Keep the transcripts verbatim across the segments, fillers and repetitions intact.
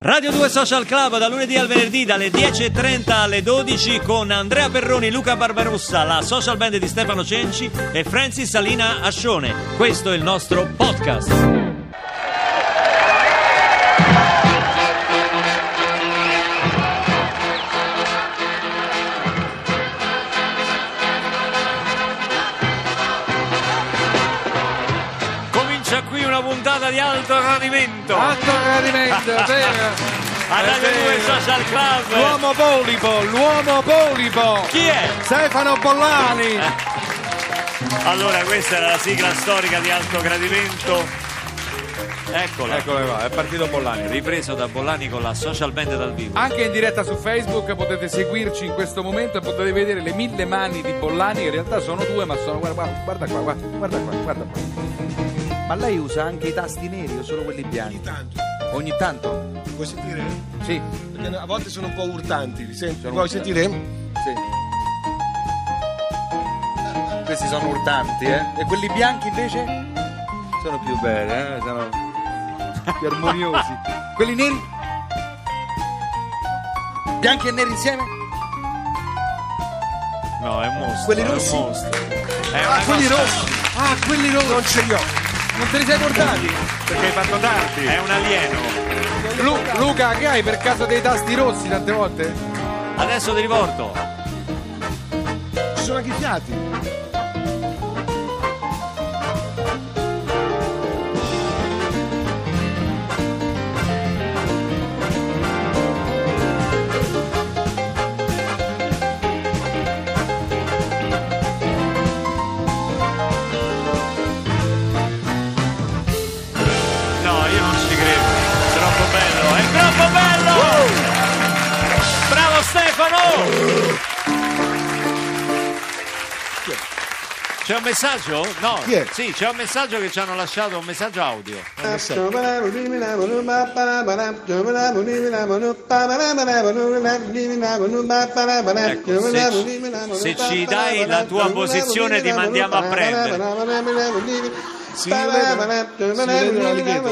Radio due Social Club da lunedì al venerdì dalle dieci e trenta alle dodici con Andrea Perroni, Luca Barbarossa, la social band di Stefano Cenci e Francis Salina Ascione. Questo è il nostro podcast. Qui una puntata di alto gradimento. Alto gradimento, vero? A Radio due Social Club. L'uomo polipo, l'uomo polipo. Chi è? Stefano Bollani. Eh. Allora, questa era la sigla storica di alto gradimento. Eccola. Eccola qua, è partito Bollani. Ripreso da Bollani con la social band dal vivo. Anche in diretta su Facebook potete seguirci in questo momento e potete vedere le mille mani di Bollani, che in realtà sono due, ma sono... Guarda, guarda qua, guarda, guarda qua, guarda qua. Ma lei usa anche i tasti neri o solo quelli bianchi? Ogni tanto. Ogni tanto? Vuoi sentire? Sì. Perché a volte sono un po' urtanti. Li senti? Sono Vuoi urtanti. sentire? Sì. Questi sono urtanti, eh? E quelli bianchi invece? Sono più belli, eh? Sono più armoniosi. Quelli neri? Bianchi e neri insieme? No, è un mostro. Quelli è un rossi? mostro. È Ah, una quelli cosa- rossi! Ah, quelli rossi! Non ce li ho! Non te li sei portati? Perché hai fatto tardi. È un alieno. Lu- Luca, che hai per caso dei tasti rossi tante volte? Adesso ti riporto. Ci sono anche i fiati! No, io non ci credo. È troppo bello, è troppo bello! Bravo Stefano! C'è un messaggio? No. Chi è? Sì, c'è un messaggio che ci hanno lasciato, un messaggio audio. Ecco, se, se ci dai la tua posizione ti mandiamo a prendere. Si vede, si vede l'allighetto.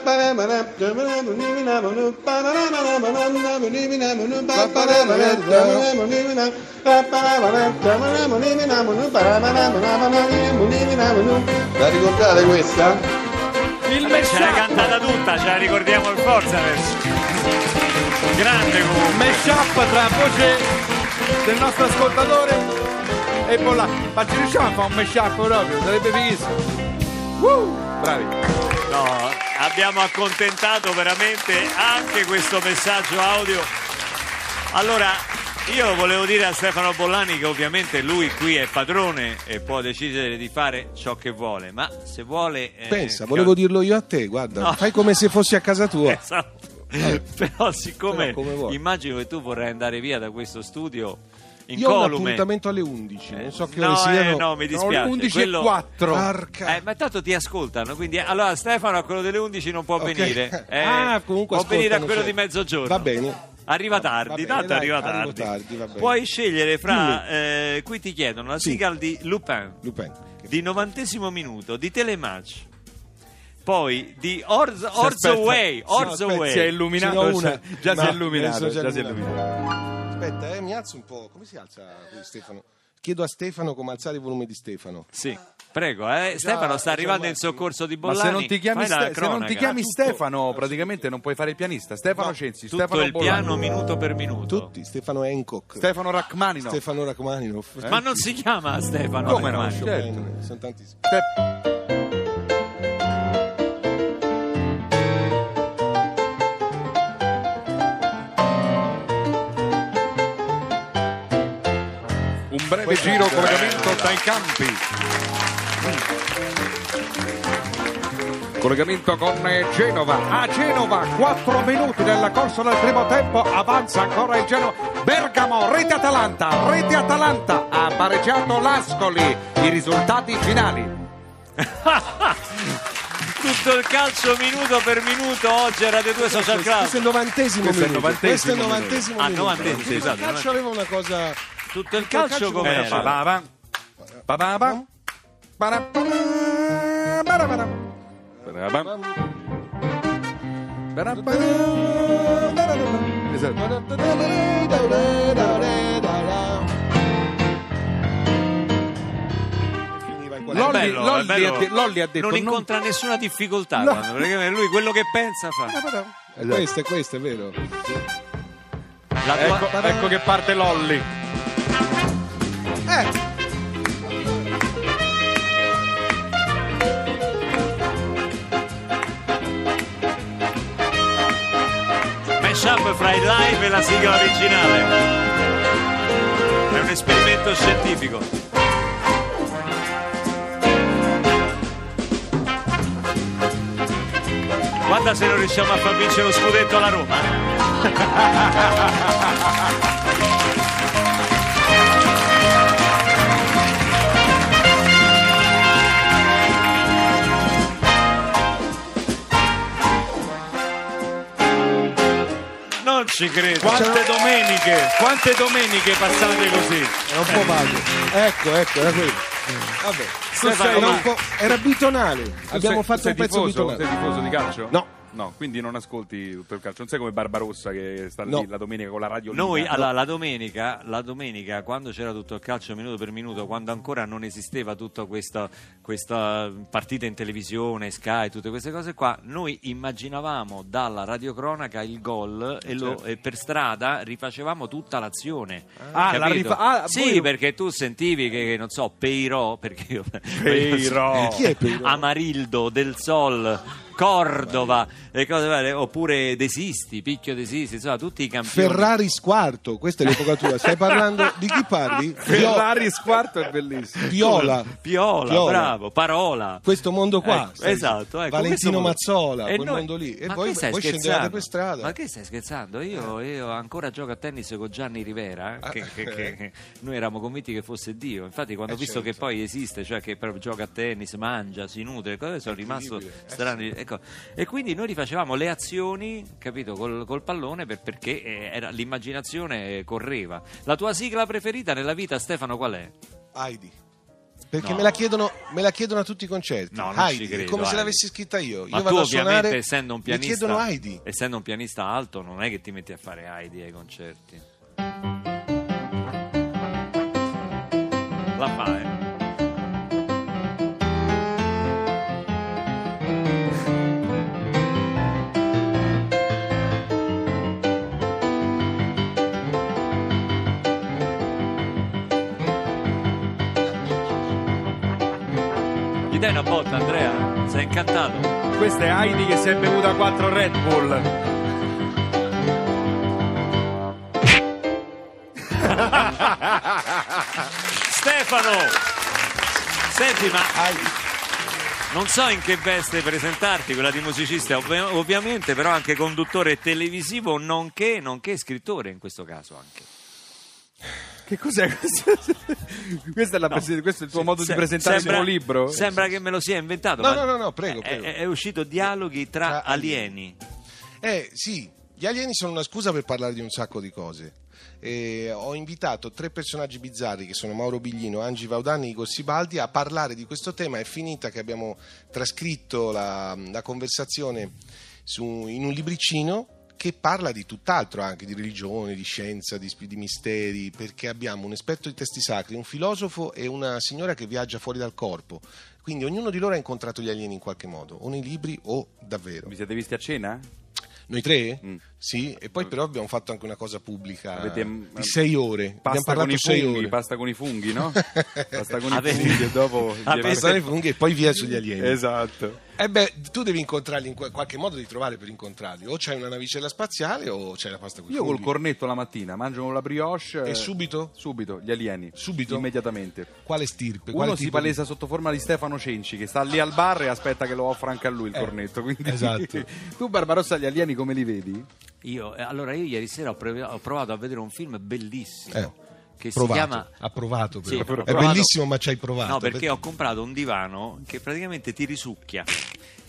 La ricordate questa? Il Ce l'hai mesciap! cantata tutta, ce la ricordiamo per forza adesso. Grande comunque. Mesciap tra voce del nostro ascoltatore e Bollani. Ma ci riusciamo a fare un mesciap proprio? Sarebbe fighissimo. Uh, bravi. No, abbiamo accontentato veramente anche questo messaggio audio. Allora, io volevo dire a Stefano Bollani che ovviamente lui qui è padrone e può decidere di fare ciò che vuole, ma se vuole... eh, Pensa, che- volevo dirlo io a te, guarda, No. fai come se fossi a casa tua. Esatto. Però siccome Però come vuoi. immagino che tu vorrai andare via da questo studio Io ho un incolume. appuntamento alle undici, non so che no, ore siano. eh, no, mi dispiace. Sono undici Quello- e quattro. Arca. Eh, ma tanto ti ascoltano, quindi eh, allora Stefano a quello delle undici non può Ok. venire. Eh, Ah, comunque può venire a ascoltano quello di sempre. mezzogiorno. Va bene. Arriva Va tardi, bene, tanto dai, arriva arrivo tardi. tardi, va bene. Puoi scegliere fra eh, qui ti chiedono la Sì. sigla di Lupin Lupin. di novantesimo minuto di Telematch. Poi di Orzo, Aspetta. Orzo Way, Sì, Orzo aspetta, Way. si è illuminato. Ce n'ho una. Già si Ma è illuminato. adesso già Già si è illuminato. illuminato. Aspetta, eh, mi alzo un po'. Come si alza qui, Stefano? Chiedo a Stefano come alzare il volume di Stefano. Sì, prego, eh. Stefano sta già arrivando un in attimo. soccorso di Ma Bollani. se non ti chiami, Fai la Ste- se non ti cronaca. chiami Tutto. Stefano, praticamente non puoi fare il pianista. Stefano No, Censi, tutto Stefano il Bollani, piano minuto per minuto. Tutti, Stefano Hancock, Stefano Rachmaninoff. Stefano Rachmaninoff. Ma non si chiama Stefano. Come no? Rachmaninoff. Certo. Bene, sono tantissimi. Ste- Un breve giro collegamento dai campi. Collegamento con Genova. A Genova, quattro minuti nella corsa del primo tempo, avanza ancora il Genova. Bergamo, rete Atalanta, rete Atalanta, ha pareggiato l'Ascoli. I risultati finali. Tutto il calcio minuto per minuto oggi a Radio due Social Club. Questo è il novantesimo Questo è il minuto. novantesimo Questo è il novantesimo Ah, minuto. novantesimo, Tutto il scusate, calcio aveva una cosa. Tutto il Tutto il calcio calcio come come era? Ba-ba-bam. Ba-ba-bam. Ba-da-ba-da. Ba-da-ba-da. Ba-da-bam. Ba-da-ba-da. Lolli, bello, Lolli, bello. ha de- Lolli ha detto non incontra non... nessuna difficoltà, No. quando, perché lui quello che pensa fa. È questo, è questo, è vero. La tua... ecco, ecco che parte Lolli. Eh, Mashup fra il live e la sigla originale. È un esperimento scientifico. Guarda se non riusciamo a far vincere lo scudetto alla Roma. Non ci credo. Quante domeniche, quante domeniche passate così. era un po' vago. Ecco, ecco, era quello. Vabbè, Stefano, era, ma- un po', era bitonale. Abbiamo sei, fatto sei un pezzo tifoso, bitonale. sei tifoso di calcio? No. No, quindi non ascolti tutto il calcio. Non sei come Barbarossa che sta No. lì la domenica con la radio. Noi Lina. allora, la domenica, la domenica, quando c'era tutto il calcio minuto per minuto, quando ancora non esisteva tutta questa, questa partita in televisione, Sky, tutte queste cose qua, noi immaginavamo dalla radiocronaca il gol e, lo, Certo. e per strada rifacevamo tutta l'azione. Ah, la capito? rifa- ah, sì, voi- perché tu sentivi che, che, non so, Peirò, perché io, Peirò. Chi è Peirò? Amarildo, Del Sol, Cordova, e cose varie, oppure Desisti, Picchio Desisti, insomma tutti i campioni. Ferrari squarto, questa è l'epoca tua. Stai parlando di chi parli? Ferrari squarto è bellissimo. Piola. Piola, Piola. bravo, Parola. Questo mondo qua. Ecco, stai esatto, dicendo. ecco, Valentino questo mondo- Mazzola, E quel noi- mondo lì. E ma voi, che stai voi scendevate scherzando? per strada. Ma che stai scherzando? Io, io ancora gioco a tennis con Gianni Rivera, eh, che, che- che- che noi eravamo convinti che fosse Dio. Infatti, quando ho Eh, visto certo. che poi esiste, cioè che proprio gioca a tennis, mangia, si nutre, cose, sono rimasto incredibile. Eh, strano. Ecco. E quindi noi rifacevamo le azioni, capito, col, col pallone per- perché eh, era, l'immaginazione eh, correva. La tua sigla preferita nella vita, Stefano, qual è? Heidi. Perché No. me, la chiedono, me la chiedono a tutti i concerti. No, non Heidi, ci credo, è come se Heidi. l'avessi scritta io. Ma io tu vado a ovviamente, suonare, essendo un mi pianista, chiedono Heidi. essendo un pianista alto, non è che ti metti a fare Heidi ai concerti. La fa, eh. Gli dai una botta, Andrea? Sei incantato? Questa è Heidi che si è bevuta quattro Red Bull. Stefano! Senti, ma non so in che veste presentarti, quella di musicista ovvi- ovviamente, però anche conduttore televisivo, nonché, nonché scrittore in questo caso anche. Che cos'è questo? Questa è la prese- questo è il tuo modo Se- di presentare sembra- il tuo libro? Sembra che me lo sia inventato. No, ma no, no, no, prego, è- prego. È, è uscito Dialoghi tra, Tra alieni. Eh sì, gli alieni sono una scusa per parlare di un sacco di cose. Eh, ho invitato tre personaggi bizzarri che sono Mauro Biglino, Angi Vaudani e Igor Sibaldi a parlare di questo tema. È finita che abbiamo trascritto la, la conversazione su- in un libricino che parla di tutt'altro, anche di religione, di scienza, di, spi- di misteri, perché abbiamo un esperto di testi sacri, un filosofo e una signora che viaggia fuori dal corpo. Quindi ognuno di loro ha incontrato gli alieni in qualche modo, o nei libri o davvero. Vi siete visti a cena? Noi tre? Mm. Sì, e poi però abbiamo fatto anche una cosa pubblica Avete- di sei ore. Abbiamo Pasta con parlato i sei funghi, ore. pasta con i funghi, no? Pasta con i Avete- funghi e dopo... Avete- Pasta ai funghi e poi via sugli alieni. Esatto. E beh, tu devi incontrarli in qual- qualche modo, di trovare per incontrarli. O c'hai una navicella spaziale o c'hai la pasta con i Io col funghi. cornetto la mattina mangio la brioche E subito? Subito, gli alieni. Subito? Immediatamente. Quale stirpe? Quale Uno si tipo di- palesa sotto forma di Stefano Cenci che sta lì al bar e aspetta che lo offra anche a lui il Eh, cornetto. Quindi... esatto. Tu Barbarossa gli alieni come li vedi? Io, eh, allora io ieri sera ho, prov- ho provato a vedere un film bellissimo Eh, che provato. si chiama Ha provato però. Sì, ho È provato. bellissimo, ma ci hai provato. No, perché ho comprato un divano che praticamente ti risucchia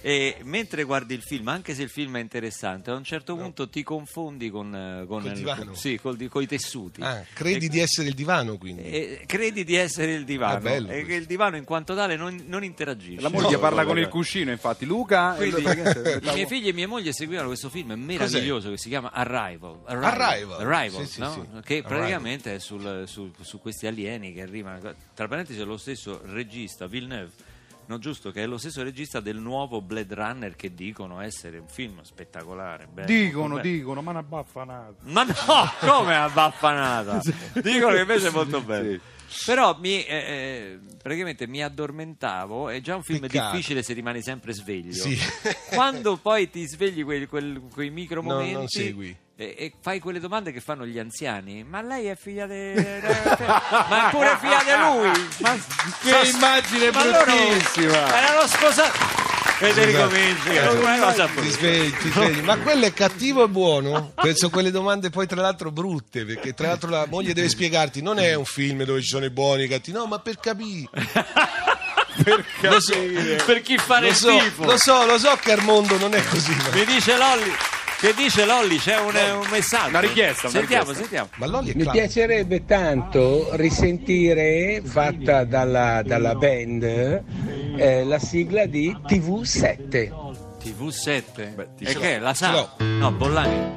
E mentre guardi il film, anche se il film è interessante, a un certo punto no. ti confondi con, con il divano. Sì, col, con i tessuti. Ah, credi e, di essere il divano, quindi? E, credi di essere il divano. Ah, bello, e che il divano in quanto tale non, non interagisce. La moglie no, parla con il cuscino, infatti. Luca, quindi, e i miei figli e mie mogli seguivano questo film meraviglioso Cos'è? che si chiama Arrival. Arrival, Arrival. Arrival sì, no? sì, sì. Che praticamente Arrival. è sul, su, su questi alieni che arrivano. Tra parentesi, è lo stesso regista, Villeneuve. No, giusto, che è lo stesso regista del nuovo Blade Runner, che dicono essere un film spettacolare. Bello, dicono, bello. dicono, ma una baffanata. Ma no, come una baffanata? Dicono che invece è molto bello. Sì. Però mi, eh, praticamente mi addormentavo. È già un film Peccato. difficile se rimani sempre sveglio. Sì. Quando poi ti svegli quei, quel, quei micro momenti, no, non segui. E, e fai quelle domande che fanno gli anziani. Ma lei è figlia di ma è pure figlia di lui? Ma che ma, immagine ma bruttissima! Loro, erano sposati. Federico Vinci, ti svegli, ti svegli. Ma quello è cattivo o buono? Penso quelle domande poi tra l'altro brutte, perché tra l'altro la moglie deve spiegarti, non è un film dove ci sono i buoni e i cattivi, no, ma per capire. Per lo so, per chi fare il so, tifo. Lo so, lo so che al mondo non è così. Ma... Mi dice Lolli. Che dice Lolli? C'è un, un messaggio. Una richiesta. Una sentiamo, richiesta. sentiamo. Ma Lolli è Mi piacerebbe tanto risentire, fatta dalla, dalla band, eh, la sigla di T V sette. T V sette? Beh, e che? La sa? No, Bollani.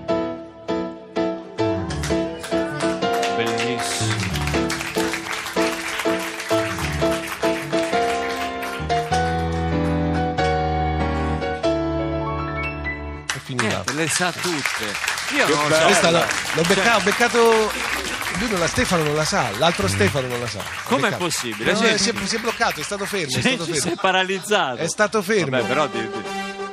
Bellissimo. Niente, le sa tutte. Io non lo so. Questa l'ho, l'ho beccato, ho beccato. Lui non la Stefano non la sa, l'altro Stefano non la sa. Com'è possibile? No, Cioè, si, è, si è bloccato, è stato fermo. Cioè, è stato si fermo. è paralizzato. È stato fermo. Vabbè, però ti, ti...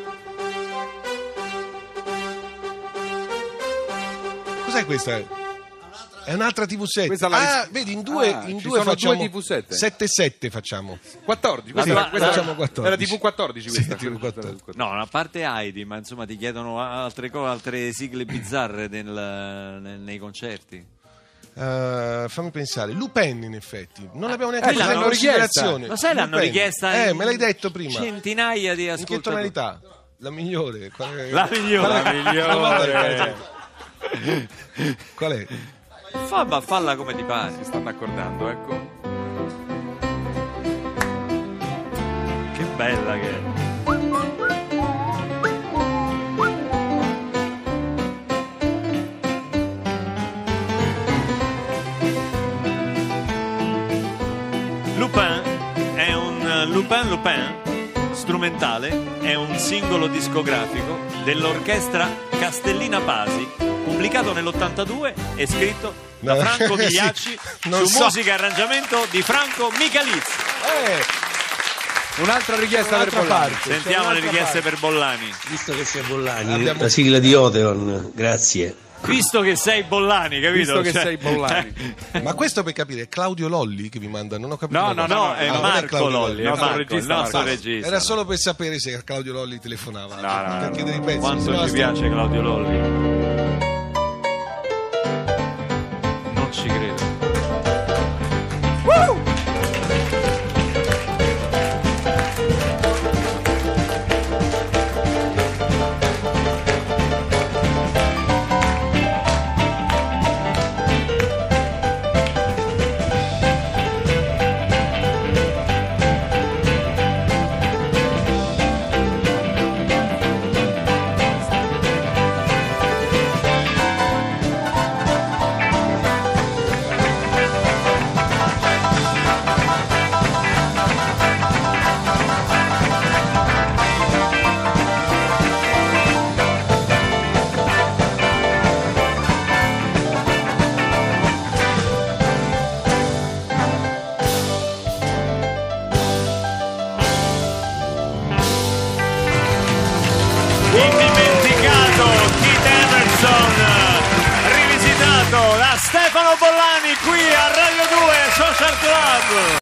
Cos'è questa? È un'altra T V sette. Questa la... Ah, vedi, in due, ah, in ci due sono facciamo due T V sette. sette sette facciamo. quattordici, questa, La- era, questa facciamo era, quattordici. era T V quattordici questa. Sì, T V quattordici. No, a parte Heidi, ma insomma ti chiedono altre cose, altre sigle bizzarre nel, nel, nei concerti. Uh, fammi pensare, Lupin in effetti non l'abbiamo neanche Eh, presa in l'hanno considerazione. Lo sai, l'hanno Lupin. richiesta Eh, in me l'hai detto prima. Centinaia di In che ascoltatori. tonalità? La migliore. Qual è? La migliore. Qual è? La migliore. Qual è? Fa, ma falla come ti pare. Si stanno accordando, ecco. Che bella che è. Lupin è un Lupin Lupin strumentale, è un singolo discografico dell'orchestra Castellina Pasi, pubblicato nell'ottantadue e scritto da No, Franco sì, Migliacci non su so. musica e arrangiamento di Franco Michalizzi. Eh, Un'altra richiesta per Un'altra Bollani. parte. Sentiamo C'è le un'altra richieste parte. per Bollani. Visto che sei Bollani, Abbiamo- la sigla di Odeon, grazie. Visto che sei Bollani, capito? Visto che Cioè- sei Bollani. ma questo per capire è Claudio Lolli che vi manda, non ho capito. No, una no, cosa. No, è Ah, non Marco Claudio Lolli, è il nostro Marco, il regista, nostro Marco. regista. Era solo per sapere se Claudio Lolli telefonava No, no, per no. chiedere i pezzi. Quanto sennò ci sta- piace Claudio Lolli. Non ci credo. Indimenticato Keith Emerson, rivisitato da Stefano Bollani qui a Radio due Social Club.